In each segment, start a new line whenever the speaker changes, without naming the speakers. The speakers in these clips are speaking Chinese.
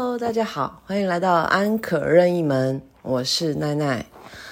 Hello， 大家好，欢迎来到安可任意门，我是奈奈。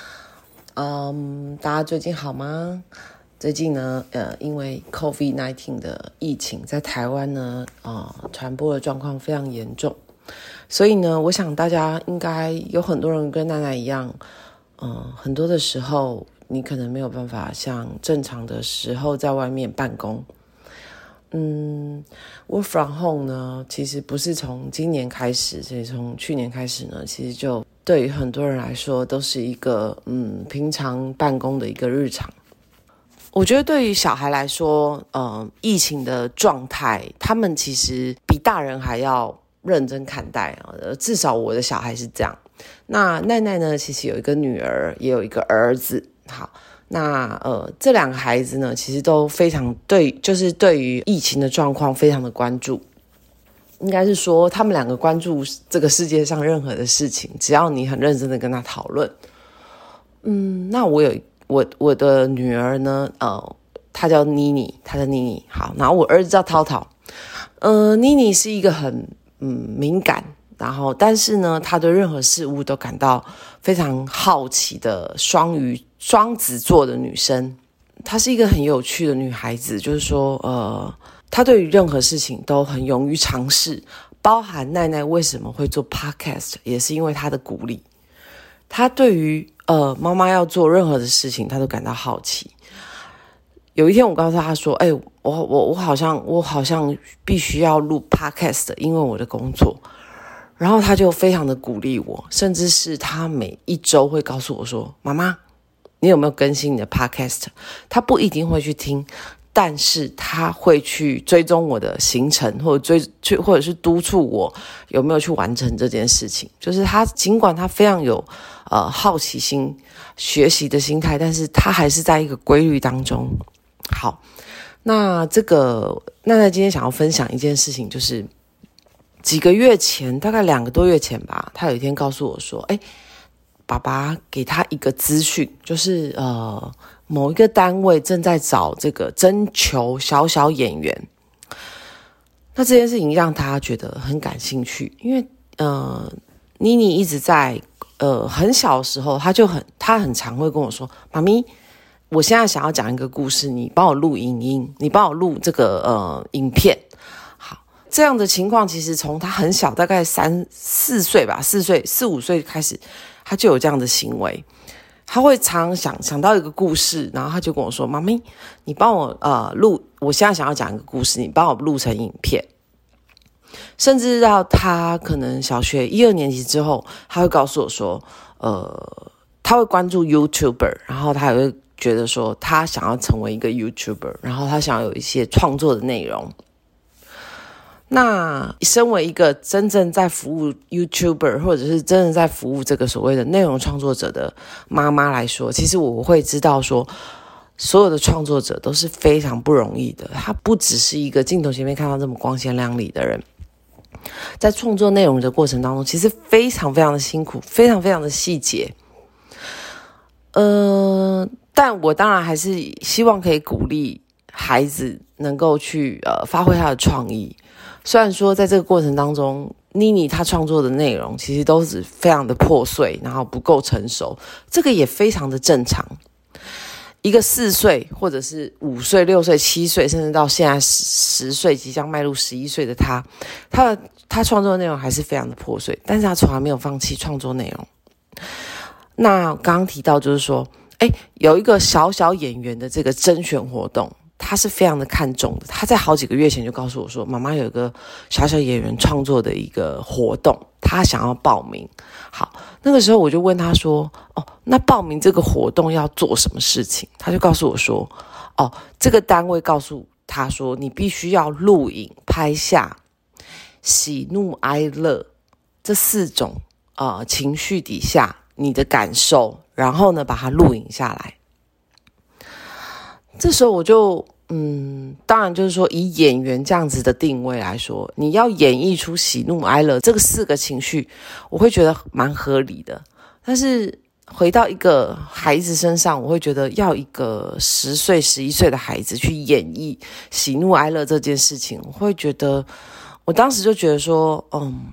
大家最近好吗？最近呢，因为 COVID-19 的疫情在台湾呢，传播的状况非常严重，所以呢，我想大家应该有很多人跟奈奈一样，很多的时候你可能没有办法像正常的时候在外面办公。work from home 呢，其实不是从今年开始，所以从去年开始呢，其实就对于很多人来说都是一个平常办公的一个日常。我觉得对于小孩来说，疫情的状态，他们其实比大人还要认真看待至少我的小孩是这样。那奈奈呢，其实有一个女儿，也有一个儿子。好。那这两个孩子呢，其实都非常就是对于疫情的状况非常的关注。应该是说，他们两个关注这个世界上任何的事情，只要你很认真的跟他讨论。那我的女儿呢，她叫妮妮，好，然后我儿子叫涛涛。妮妮是一个很敏感，然后但是呢，她对任何事物都感到非常好奇的双子座的女生。她是一个很有趣的女孩子，就是说她对于任何事情都很勇于尝试，包含奈奈为什么会做 podcast 也是因为她的鼓励。她对于妈妈要做任何的事情她都感到好奇。有一天我告诉她说我好像必须要录 podcast 因为我的工作。然后她就非常的鼓励我，甚至是她每一周会告诉我说，妈妈你有没有更新你的 podcast？ 她不一定会去听，但是她会去追踪我的行程，或者是督促我有没有去完成这件事情。就是她尽管她非常有好奇心、学习的心态，但是她还是在一个规律当中。好，那奈奈今天想要分享一件事情，就是几个月前，大概2个多月前吧，她有一天告诉我说，爸爸给他一个资讯，就是某一个单位正在找这个征求小演员。那这件事情让他觉得很感兴趣，因为妮妮一直在很小的时候，他很常会跟我说，妈咪，我现在想要讲一个故事，你帮我录影音，你帮我录这个影片。这样的情况其实从他很小，大概3、4岁吧，4、5岁开始，他就有这样的行为。他会常想到一个故事，然后他就跟我说，妈咪你帮我录，我现在想要讲一个故事，你帮我录成影片。甚至到他可能小学1、2年级之后，他会告诉我说他会关注 YouTuber， 然后他也会觉得说他想要成为一个 YouTuber， 然后他想要有一些创作的内容。那身为一个真正在服务 YouTuber 或者是真正在服务这个所谓的内容创作者的妈妈来说，其实我会知道说，所有的创作者都是非常不容易的。他不只是一个镜头前面看到这么光鲜亮丽的人，在创作内容的过程当中，其实非常非常的辛苦，非常非常的细节。但我当然还是希望可以鼓励孩子能够去发挥他的创意。虽然说在这个过程当中，妮妮她创作的内容其实都是非常的破碎，然后不够成熟，这个也非常的正常。一个4岁或者是5岁、6岁、7岁，甚至到现在10岁，即将迈入11岁的他创作的内容还是非常的破碎，但是他从来没有放弃创作内容。那刚刚提到就是说，有一个小演员的这个甄选活动，他是非常的看重的。他在好几个月前就告诉我说，妈妈有一个小演员创作的一个活动，他想要报名。好，那个时候我就问他说，那报名这个活动要做什么事情？他就告诉我说，这个单位告诉他说，你必须要录影拍下喜怒哀乐这4种情绪底下你的感受，然后呢把它录影下来。这时候我就当然就是说，以演员这样子的定位来说，你要演绎出喜怒哀乐这个4个情绪，我会觉得蛮合理的。但是回到一个孩子身上，我会觉得要一个10岁、11岁的孩子去演绎喜怒哀乐这件事情，我会觉得，我当时就觉得说，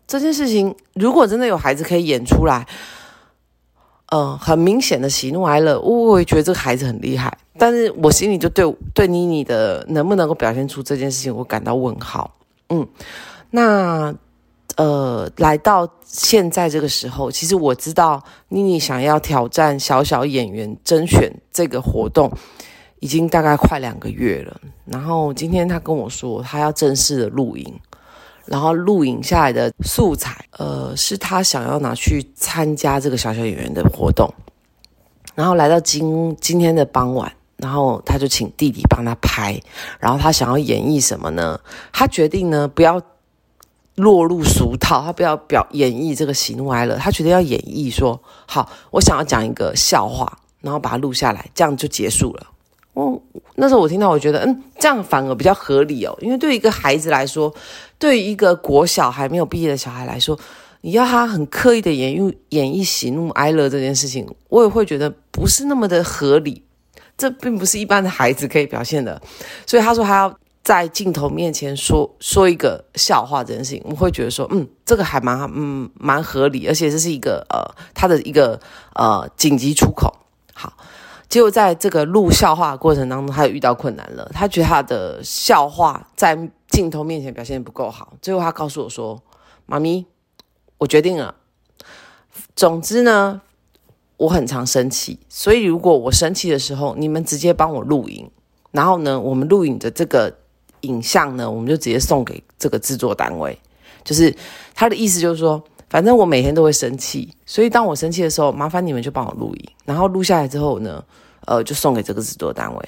这件事情如果真的有孩子可以演出来，很明显的喜怒哀乐，我会觉得这个孩子很厉害。但是我心里就对妮妮的能不能够表现出这件事情，我感到问号。那来到现在这个时候，其实我知道妮妮想要挑战小小演员甄选这个活动已经大概快2个月了。然后今天她跟我说，她要正式的录影，然后录影下来的素材，是她想要拿去参加这个小小演员的活动。然后来到今天的傍晚，然后他就请弟弟帮他拍，然后他想要演绎什么呢？他决定呢不要落入俗套，他不要演绎这个喜怒哀乐，他决定要演绎说，好，我想要讲一个笑话，然后把它录下来，这样就结束了。那时候我听到，我觉得这样反而比较合理哦，因为对于一个孩子来说，对于一个国小还没有毕业的小孩来说，你要他很刻意的演绎喜怒哀乐这件事情，我也会觉得不是那么的合理，这并不是一般的孩子可以表现的。所以他说他要在镜头面前说一个笑话这件事情，我会觉得说这个还蛮合理，而且这是一个他的一个紧急出口。好，结果在这个录笑话的过程当中，他有遇到困难了，他觉得他的笑话在镜头面前表现得不够好，最后他告诉我说，妈咪，我决定了，总之呢我很常生气，所以如果我生气的时候，你们直接帮我录影，然后呢我们录影的这个影像呢，我们就直接送给这个制作单位。就是他的意思就是说，反正我每天都会生气，所以当我生气的时候，麻烦你们就帮我录影，然后录下来之后呢就送给这个制作单位。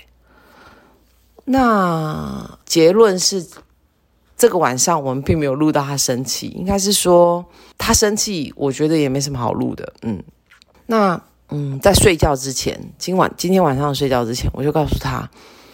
那结论是，这个晚上我们并没有录到他生气，应该是说他生气，我觉得也没什么好录的。那在睡觉之前，今天晚上睡觉之前，我就告诉他，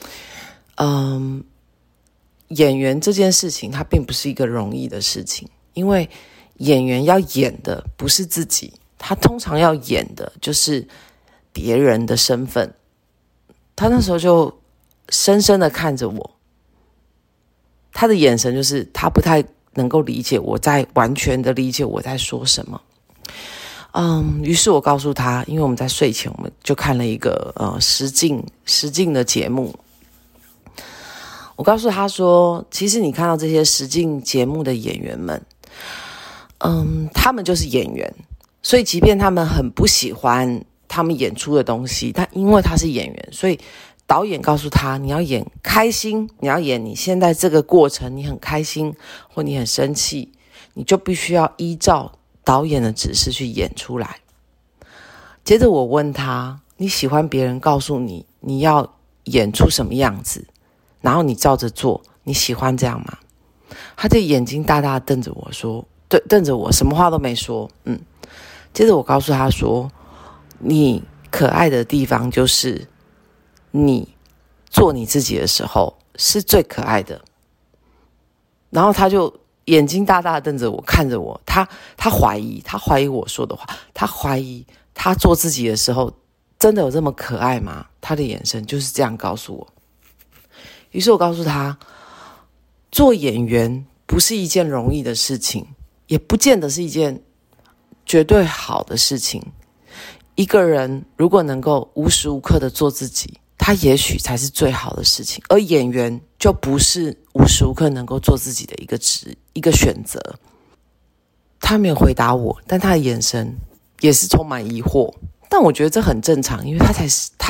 演员这件事情它并不是一个容易的事情，因为演员要演的不是自己，他通常要演的就是别人的身份。他那时候就深深的看着我，他的眼神就是他不太能够理解我在完全的理解我在说什么。于是我告诉他，因为我们在睡前我们就看了一个实境的节目。我告诉他说，其实你看到这些实境节目的演员们，他们就是演员，所以即便他们很不喜欢他们演出的东西，但因为他是演员，所以导演告诉他，你要演开心，你要演你现在这个过程你很开心或你很生气，你就必须要依照导演的指示去演出来。接着我问他，你喜欢别人告诉你你要演出什么样子，然后你照着做，你喜欢这样吗？他的眼睛大大瞪着我说，瞪着我，什么话都没说。接着我告诉他说，你可爱的地方就是你做你自己的时候是最可爱的。然后他就眼睛大大瞪着我，看着我，他怀疑我说的话，他怀疑他做自己的时候真的有这么可爱吗？他的眼神就是这样告诉我。于是我告诉他，做演员不是一件容易的事情，也不见得是一件绝对好的事情。一个人如果能够无时无刻的做自己，他也许才是最好的事情。而演员就不是无时无刻能够做自己的一个选择。他没有回答我，但他的眼神也是充满疑惑。但我觉得这很正常，因为他才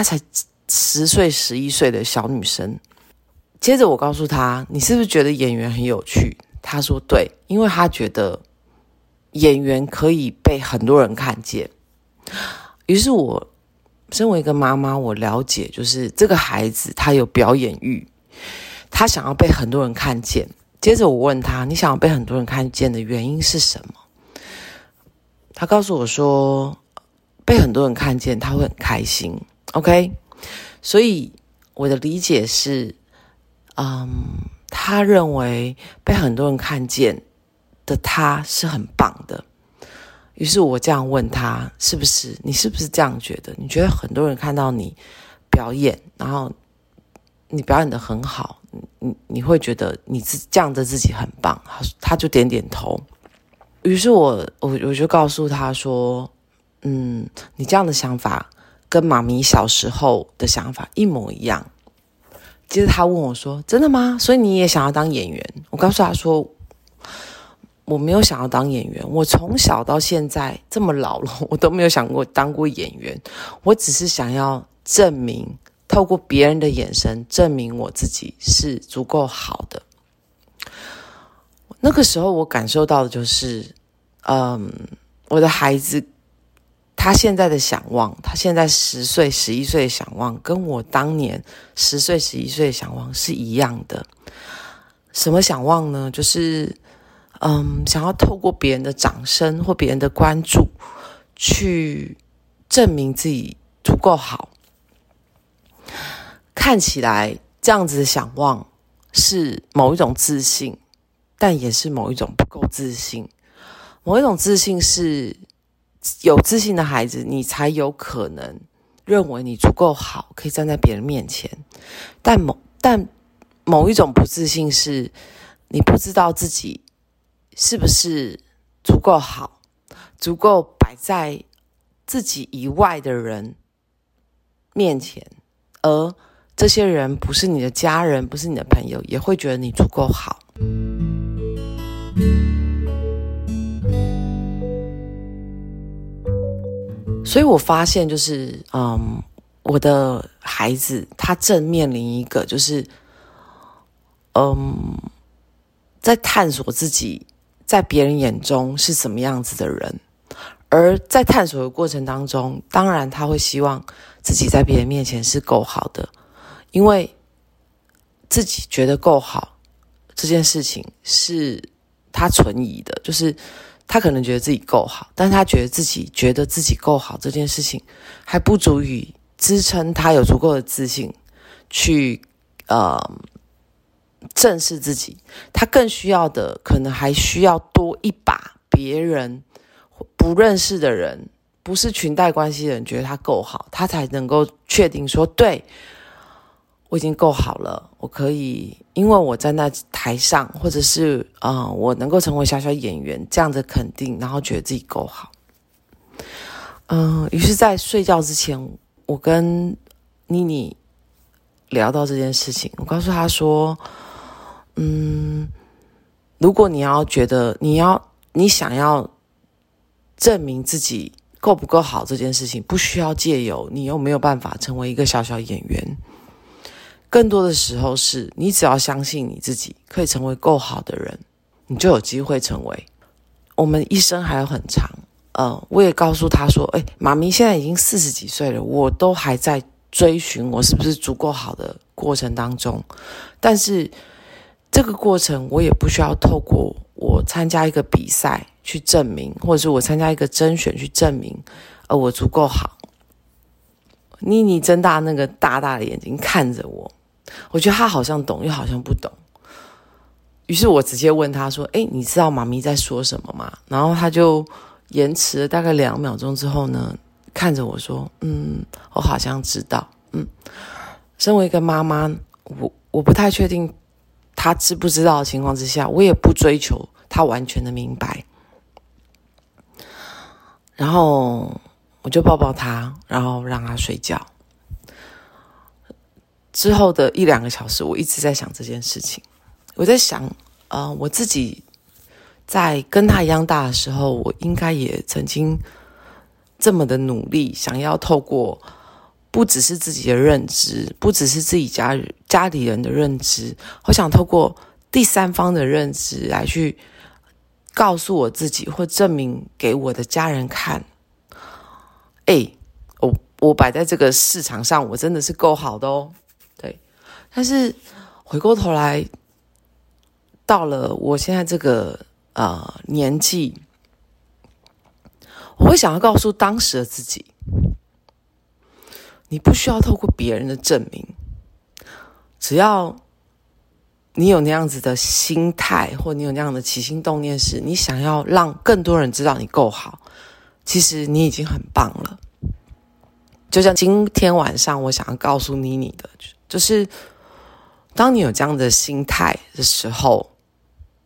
10岁11岁的小女生。接着我告诉他，你是不是觉得演员很有趣？他说对，因为他觉得演员可以被很多人看见。于是我身为一个妈妈，我了解就是这个孩子他有表演欲，他想要被很多人看见。接着我问他，你想要被很多人看见的原因是什么？他告诉我说，被很多人看见他会很开心。 OK， 所以我的理解是他认为被很多人看见的他是很棒的。于是我这样问他，你是不是这样觉得？你觉得很多人看到你表演，然后你表演得很好，你会觉得你这样的自己很棒？他就点点头。 于是我就告诉他说，你这样的想法跟妈咪小时候的想法一模一样。接着他问我说，真的吗？所以你也想要当演员？我告诉他说，我没有想要当演员，我从小到现在这么老了，我都没有想过当过演员。我只是想要证明，透过别人的眼神证明我自己是足够好的。那个时候我感受到的就是，我的孩子他现在的想望，他现在10岁、11岁的想望，跟我当年10岁、11岁的想望是一样的。什么想望呢？就是想要透过别人的掌声或别人的关注，去证明自己足够好。看起来这样子的想望是某一种自信，但也是某一种不够自信。某一种自信是有自信的孩子，你才有可能认为你足够好，可以站在别人面前。但某一种不自信是你不知道自己是不是足够好，足够摆在自己以外的人面前，而这些人不是你的家人，不是你的朋友，也会觉得你足够好。所以我发现就是我的孩子他正面临一个就是在探索自己在别人眼中是什么样子的人，而在探索的过程当中，当然他会希望自己在别人面前是够好的，因为自己觉得够好这件事情是他存疑的，就是他可能觉得自己够好，但是他觉得自己够好这件事情还不足以支撑他有足够的自信去正视自己。他更需要的可能还需要多一把别人不认识的人，不是裙带关系的人觉得他够好，他才能够确定说，对，我已经够好了，我可以因为我站在台上，或者是我能够成为小小演员这样的肯定，然后觉得自己够好。于是在睡觉之前，我跟妮妮聊到这件事情，我告诉她说，如果你要觉得你想要证明自己够不够好这件事情，不需要借由你又没有办法成为一个小小演员，更多的时候是你只要相信你自己可以成为够好的人，你就有机会成为。我们一生还有很长，我也告诉他说，妈咪现在已经40几岁了，我都还在追寻我是不是足够好的过程当中，但是这个过程我也不需要透过我参加一个比赛去证明，或者是我参加一个甄选去证明我足够好。妮妮睁大那个大大的眼睛看着我，我觉得她好像懂又好像不懂。于是我直接问她说，你知道妈咪在说什么吗？然后她就延迟了大概2秒钟之后呢，看着我说，我好像知道。身为一个妈妈，我不太确定她知不知道的情况之下，我也不追求她完全的明白。然后我就抱抱她，然后让她睡觉。之后的1-2个小时，我一直在想这件事情。我在想，我自己在跟她一样大的时候，我应该也曾经这么的努力，想要透过不只是自己的认知，不只是自己家里人的认知，我想透过第三方的认知来去告诉我自己，或证明给我的家人看，我摆在这个市场上，我真的是够好的哦。对，但是回过头来，到了我现在这个年纪，我会想要告诉当时的自己，你不需要透过别人的证明，只要你有那样子的心态，或你有那样的起心动念时，你想要让更多人知道你够好，其实你已经很棒了。就像今天晚上我想要告诉你的，就是当你有这样的心态的时候，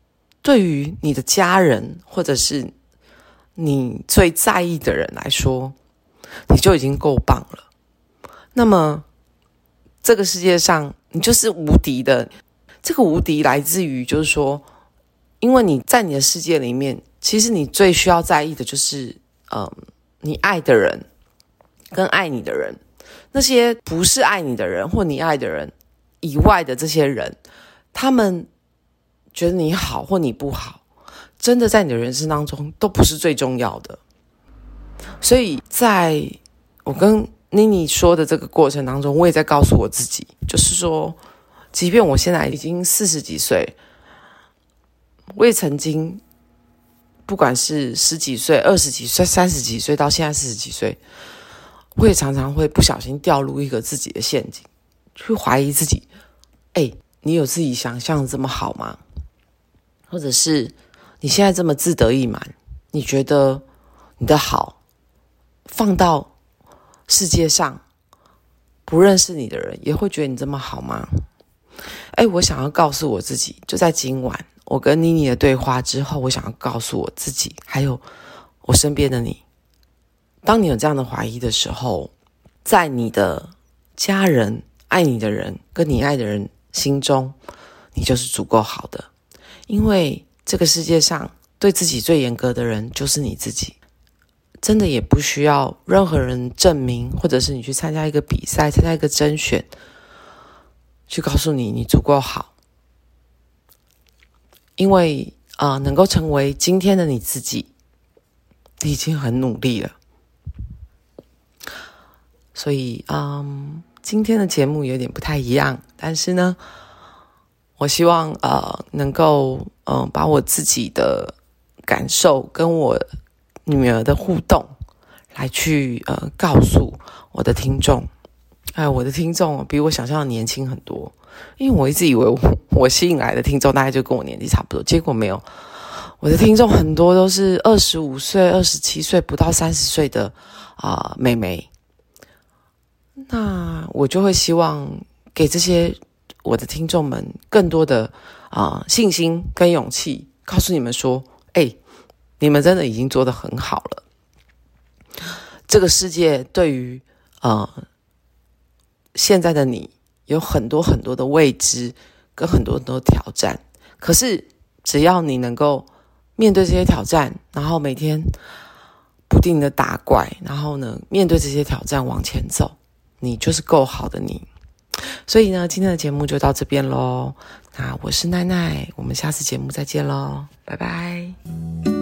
对于你的家人或者是你最在意的人来说，你就已经够棒了。那么这个世界上你就是无敌的。这个无敌来自于就是说，因为你在你的世界里面，其实你最需要在意的就是你爱的人跟爱你的人。那些不是爱你的人或你爱的人以外的这些人，他们觉得你好或你不好，真的在你的人生当中都不是最重要的。所以在我跟妮妮说的这个过程当中，我也在告诉我自己，就是说即便我现在已经40几岁，我也曾经不管是10几岁、20几岁、30几岁到现在40几岁，我也常常会不小心掉入一个自己的陷阱，去怀疑自己，你有自己想象的这么好吗？或者是你现在这么自得意满，你觉得你的好放到世界上不认识你的人也会觉得你这么好吗？我想要告诉我自己，就在今晚我跟妮妮的对话之后，我想要告诉我自己还有我身边的你，当你有这样的怀疑的时候，在你的家人、爱你的人跟你爱的人心中，你就是足够好的。因为这个世界上对自己最严格的人就是你自己，真的也不需要任何人证明，或者是你去参加一个比赛、参加一个甄选，去告诉你足够好。因为能够成为今天的你自己，你已经很努力了。所以今天的节目有点不太一样，但是呢，我希望能够把我自己的感受跟我女儿的互动来去告诉我的听众。我的听众比我想象的年轻很多，因为我一直以为我吸引来的听众大概就跟我年纪差不多，结果没有，我的听众很多都是25岁、27岁不到30岁的妹妹。那我就会希望给这些我的听众们更多的信心跟勇气，告诉你们说，你们真的已经做得很好了。这个世界对于现在的你有很多很多的未知跟很多很多挑战，可是只要你能够面对这些挑战，然后每天不定的打怪，然后呢面对这些挑战往前走，你就是够好的你。所以呢，今天的节目就到这边咯。那我是奈奈，我们下次节目再见咯，拜拜。